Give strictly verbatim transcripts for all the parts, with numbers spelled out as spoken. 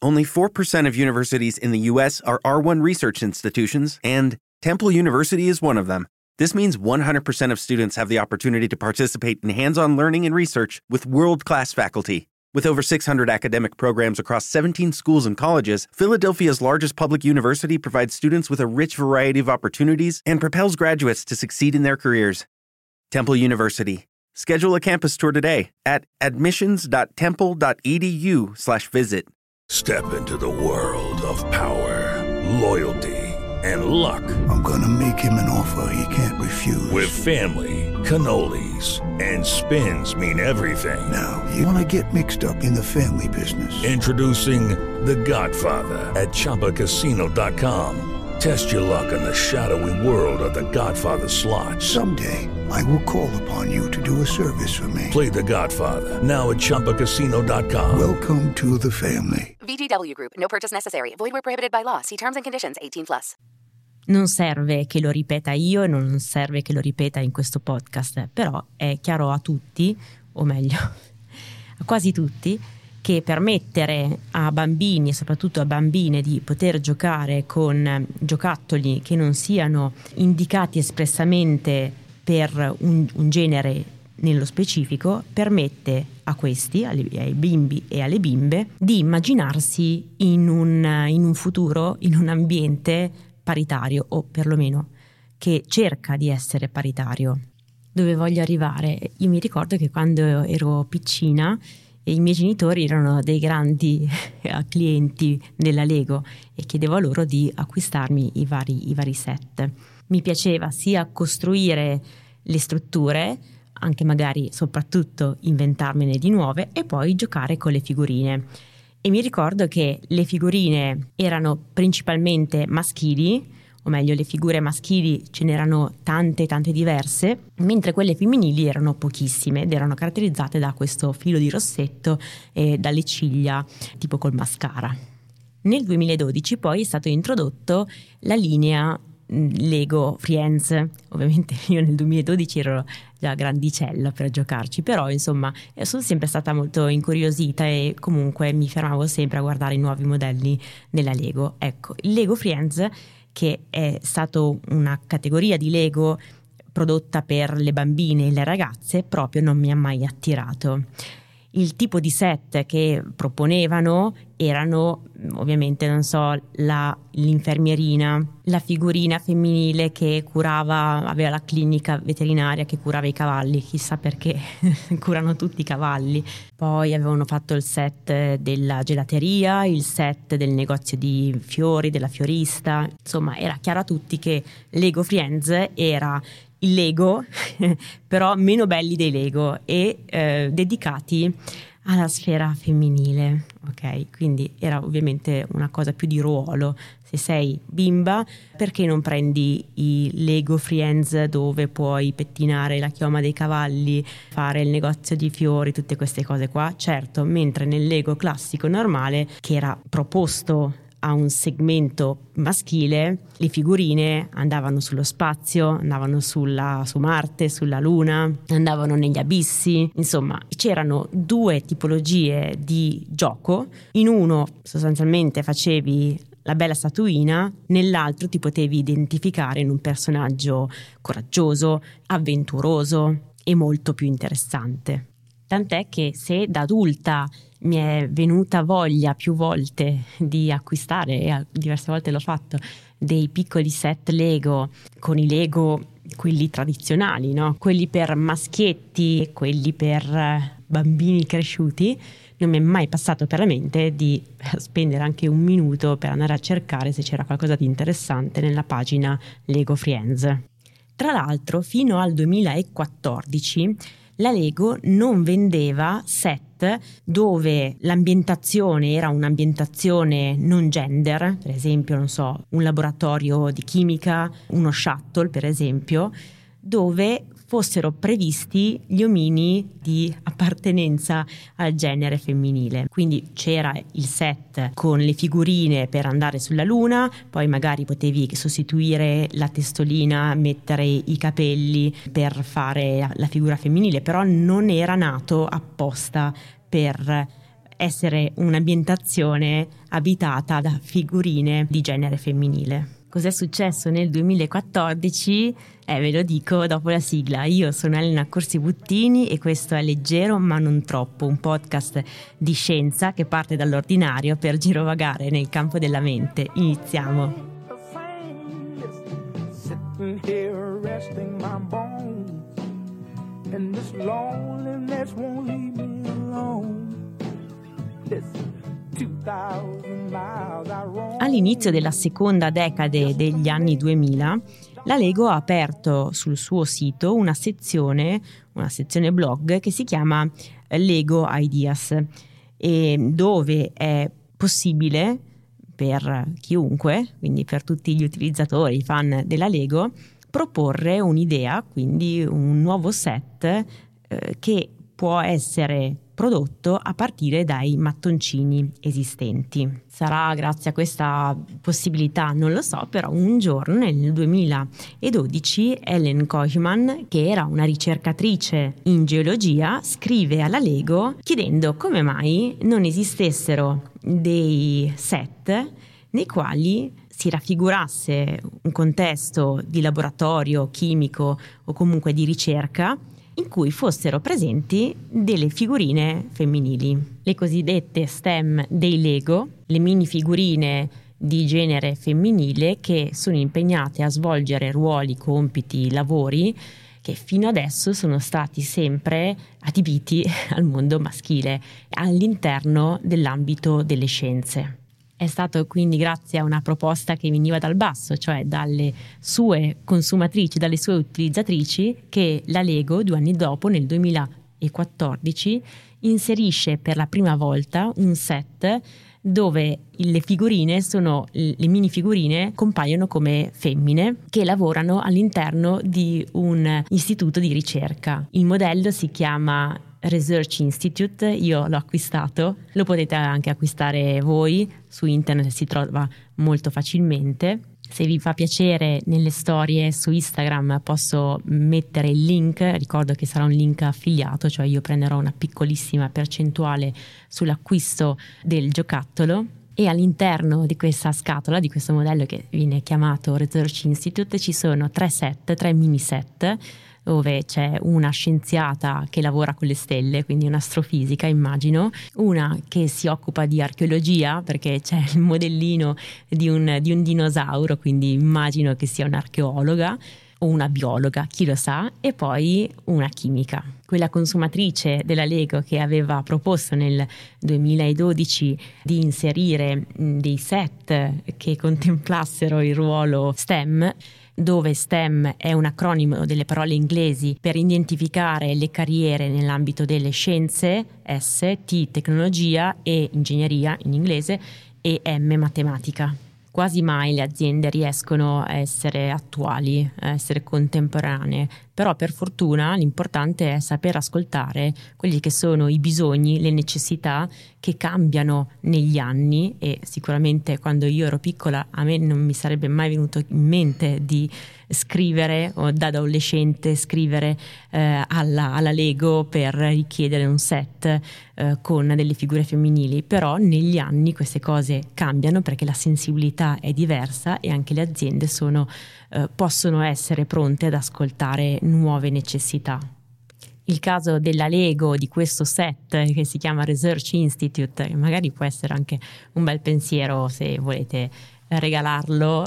Only four percent of universities in the U S are R one research institutions, and Temple University is one of them. This means one hundred percent of students have the opportunity to participate in hands-on learning and research with world-class faculty. With over six hundred academic programs across seventeen schools and colleges, Philadelphia's largest public university provides students with a rich variety of opportunities and propels graduates to succeed in their careers. Temple University. Schedule a campus tour today at admissions.temple.edu slash visit. Step into the world of power, loyalty, and luck. I'm gonna make him an offer he can't refuse. With family, cannolis, and spins mean everything. Now, you wanna get mixed up in the family business. Introducing The Godfather at Chumba Casino dot com. Test your luck in the shadowy world of The Godfather slot. Someday, I will call upon you to do a service for me. Play The Godfather, now at Chumba Casino dot com. Welcome to the family. V G W Group. No purchase necessary. Void where prohibited by law. See terms and conditions. eighteen plus. Non serve che lo ripeta io e non serve che lo ripeta in questo podcast, però è chiaro a tutti, o meglio, a quasi tutti, che permettere a bambini e soprattutto a bambine di poter giocare con giocattoli che non siano indicati espressamente per un, un genere nello specifico permette a questi, ai, ai bimbi e alle bimbe, di immaginarsi in un, in un futuro, in un ambiente paritario, o perlomeno che cerca di essere paritario. Dove voglio arrivare? Io mi ricordo che quando ero piccina i miei genitori erano dei grandi clienti della Lego e chiedevo a loro di acquistarmi i vari, i vari set. Mi piaceva sia costruire le strutture, anche magari soprattutto inventarmene di nuove, e poi giocare con le figurine. E mi ricordo che le figurine erano principalmente maschili, o meglio le figure maschili ce n'erano tante tante diverse, mentre quelle femminili erano pochissime ed erano caratterizzate da questo filo di rossetto e dalle ciglia tipo col mascara. Nel duemiladodici poi è stato introdotto la linea Lego Friends. Ovviamente io nel duemiladodici ero già grandicella per giocarci, però insomma sono sempre stata molto incuriosita e comunque mi fermavo sempre a guardare i nuovi modelli della Lego. Ecco, il Lego Friends, che è stato una categoria di Lego prodotta per le bambine e le ragazze, proprio non mi ha mai attirato. Il tipo di set che proponevano erano ovviamente, non so, la, l'infermierina, la figurina femminile che curava, aveva la clinica veterinaria che curava i cavalli, chissà perché curano tutti i cavalli. Poi avevano fatto il set della gelateria, il set del negozio di fiori, della fiorista. Insomma, era chiaro a tutti che Lego Friends era il Lego, però meno belli dei Lego e eh, dedicati alla sfera femminile, ok? Quindi era ovviamente una cosa più di ruolo. Se sei bimba, perché non prendi i Lego Friends dove puoi pettinare la chioma dei cavalli, fare il negozio di fiori, tutte queste cose qua? Certo, mentre nel Lego classico normale, che era proposto a un segmento maschile, le figurine andavano sullo spazio, andavano sulla, su Marte, sulla Luna, andavano negli abissi. Insomma, c'erano due tipologie di gioco. In uno sostanzialmente facevi la bella statuina, nell'altro ti potevi identificare in un personaggio coraggioso, avventuroso e molto più interessante. Tant'è che se da adulta mi è venuta voglia più volte di acquistare, e diverse volte l'ho fatto, dei piccoli set Lego con i Lego, quelli tradizionali, no? Quelli per maschietti e quelli per bambini cresciuti, non mi è mai passato per la mente di spendere anche un minuto per andare a cercare se c'era qualcosa di interessante nella pagina Lego Friends. Tra l'altro, fino al duemilaquattordici la Lego non vendeva set dove l'ambientazione era un'ambientazione non gender, per esempio, non so, un laboratorio di chimica, uno shuttle, per esempio, dove fossero previsti gli omini di appartenenza al genere femminile. Quindi c'era il set con le figurine per andare sulla Luna, poi magari potevi sostituire la testolina, mettere i capelli per fare la figura femminile, però non era nato apposta per essere un'ambientazione abitata da figurine di genere femminile. Cos'è successo nel duemilaquattordici? Eh, ve lo dico dopo la sigla. Io sono Elena Corsi-Buttini e questo è Leggero ma non troppo, un podcast di scienza che parte dall'ordinario per girovagare nel campo della mente. Iniziamo. All'inizio della seconda decade degli anni duemila, la Lego ha aperto sul suo sito una sezione, una sezione blog che si chiama Lego Ideas, e dove è possibile per chiunque, quindi per tutti gli utilizzatori, i fan della Lego, proporre un'idea, quindi un nuovo set eh, che può essere prodotto a partire dai mattoncini esistenti. Sarà grazie a questa possibilità, non lo so, però un giorno nel duemiladodici Ellen Kochman, che era una ricercatrice in geologia, scrive alla Lego chiedendo come mai non esistessero dei set nei quali si raffigurasse un contesto di laboratorio chimico o comunque di ricerca in cui fossero presenti delle figurine femminili, le cosiddette STEM dei Lego, le mini figurine di genere femminile che sono impegnate a svolgere ruoli, compiti, lavori che fino adesso sono stati sempre adibiti al mondo maschile all'interno dell'ambito delle scienze. È stato quindi grazie a una proposta che veniva dal basso, cioè dalle sue consumatrici, dalle sue utilizzatrici, che la Lego due anni dopo, nel duemilaquattordici, inserisce per la prima volta un set dove le figurine sono, le mini figurine compaiono come femmine che lavorano all'interno di un istituto di ricerca. Il modello si chiama Research Institute, io l'ho acquistato, lo potete anche acquistare voi, su internet si trova molto facilmente. Se vi fa piacere, nelle storie su Instagram posso mettere il link, ricordo che sarà un link affiliato, cioè io prenderò una piccolissima percentuale sull'acquisto del giocattolo. E all'interno di questa scatola, di questo modello che viene chiamato Research Institute, ci sono tre set, tre mini set, dove c'è una scienziata che lavora con le stelle, quindi un'astrofisica immagino, una che si occupa di archeologia perché c'è il modellino di un, di un dinosauro, quindi immagino che sia un'archeologa o una biologa, chi lo sa, e poi una chimica. Quella consumatrice della Lego che aveva proposto nel duemiladodici di inserire dei set che contemplassero il ruolo STEM, dove STEM è un acronimo delle parole inglesi per identificare le carriere nell'ambito delle scienze, S, T tecnologia e ingegneria in inglese e M matematica. Quasi mai le aziende riescono a essere attuali, a essere contemporanee, però per fortuna l'importante è saper ascoltare quelli che sono i bisogni, le necessità che cambiano negli anni, e sicuramente quando io ero piccola a me non mi sarebbe mai venuto in mente di scrivere o da adolescente scrivere eh, alla, alla Lego per richiedere un set eh, con delle figure femminili, però negli anni queste cose cambiano perché la sensibilità è diversa e anche le aziende sono, eh, possono essere pronte ad ascoltare nuove necessità. Il caso della Lego, di questo set che si chiama Research Institute, magari può essere anche un bel pensiero se volete regalarlo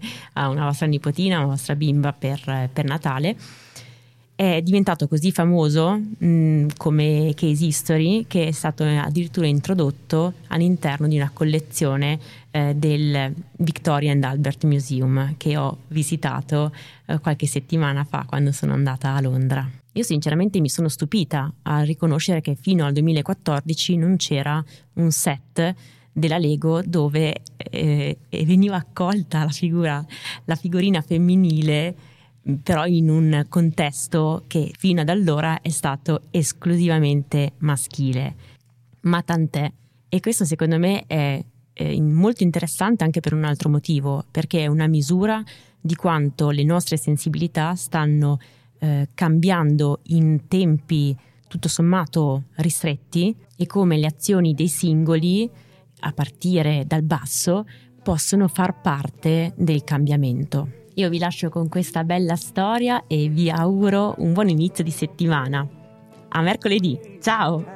a una vostra nipotina, a una vostra bimba per, per Natale. È diventato così famoso mh, come case history che è stato addirittura introdotto all'interno di una collezione eh, del Victoria and Albert Museum che ho visitato eh, qualche settimana fa quando sono andata a Londra. Io sinceramente mi sono stupita a riconoscere che fino al duemilaquattordici non c'era un set della Lego dove eh, veniva accolta la figura, la figurina femminile, però in un contesto che fino ad allora è stato esclusivamente maschile. Ma tant'è. E questo secondo me è, è molto interessante anche per un altro motivo, perché è una misura di quanto le nostre sensibilità stanno eh, cambiando in tempi tutto sommato ristretti e come le azioni dei singoli, a partire dal basso, possono far parte del cambiamento. Io vi lascio con questa bella storia e vi auguro un buon inizio di settimana. A mercoledì, ciao!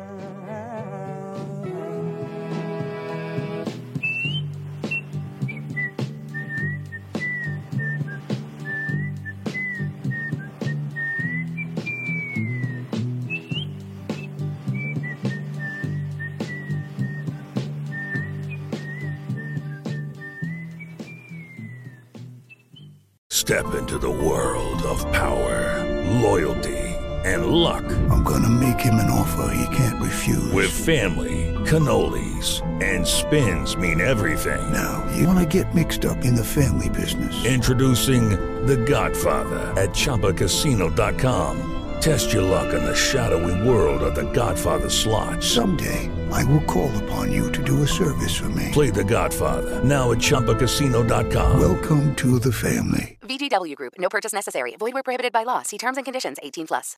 Step into the world of power, loyalty, and luck. I'm gonna make him an offer he can't refuse. With family, cannolis, and spins mean everything. Now, you wanna get mixed up in the family business. Introducing The Godfather at Chumba Casino dot com. Test your luck in the shadowy world of The Godfather slot. Someday, I will call upon you to do a service for me. Play The Godfather now at Chumba Casino dot com. Welcome to the family. V G W Group. No purchase necessary. Void where prohibited by law. See terms and conditions. eighteen plus.